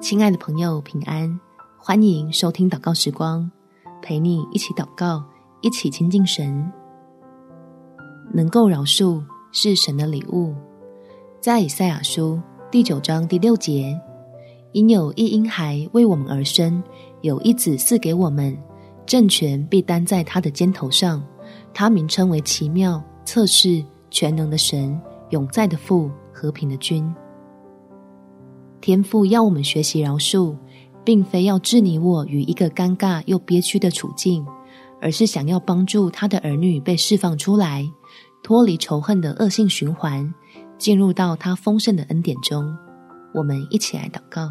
亲爱的朋友，平安，欢迎收听祷告时光，陪你一起祷告，一起亲近神。能够饶恕是神的礼物，在以赛亚书第9章第6节，因有一婴孩为我们而生，有一子赐给我们，政权必担在他的肩头上，他名称为奇妙、策士、全能的神，永在的父，和平的君。天父要我们学习饶恕，并非要置你我于一个尴尬又憋屈的处境，而是想要帮助他的儿女被释放出来，脱离仇恨的恶性循环，进入到他丰盛的恩典中。我们一起来祷告。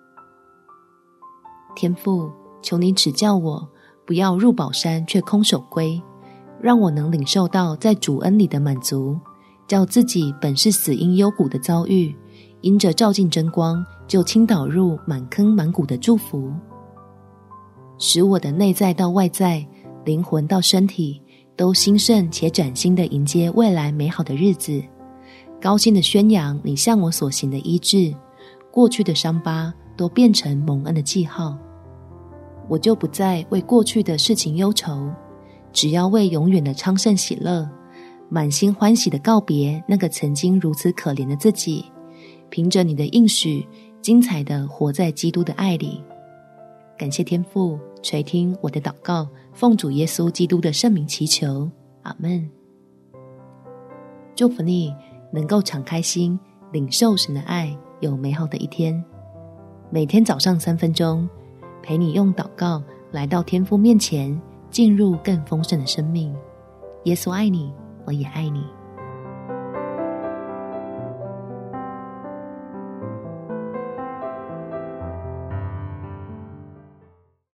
天父，求你指教我，不要入宝山却空手归，让我能领受到在主恩里的满足，叫自己本是死荫幽谷的遭遇，因着照进真光，就倾倒入满坑满谷的祝福，使我的内在到外在，灵魂到身体，都兴盛且崭新地迎接未来美好的日子，高兴地宣扬你向我所行的医治，过去的伤疤都变成蒙恩的记号。我就不再为过去的事情忧愁，只要为永远的昌盛喜乐，满心欢喜地告别那个曾经如此可怜的自己，凭着你的应许，精彩地活在基督的爱里。感谢天父垂听我的祷告，奉主耶稣基督的圣名祈求，阿们。祝福你能够敞开心，领受神的爱，有美好的一天。每天早上3分钟，陪你用祷告来到天父面前，进入更丰盛的生命。耶稣爱你，我也爱你。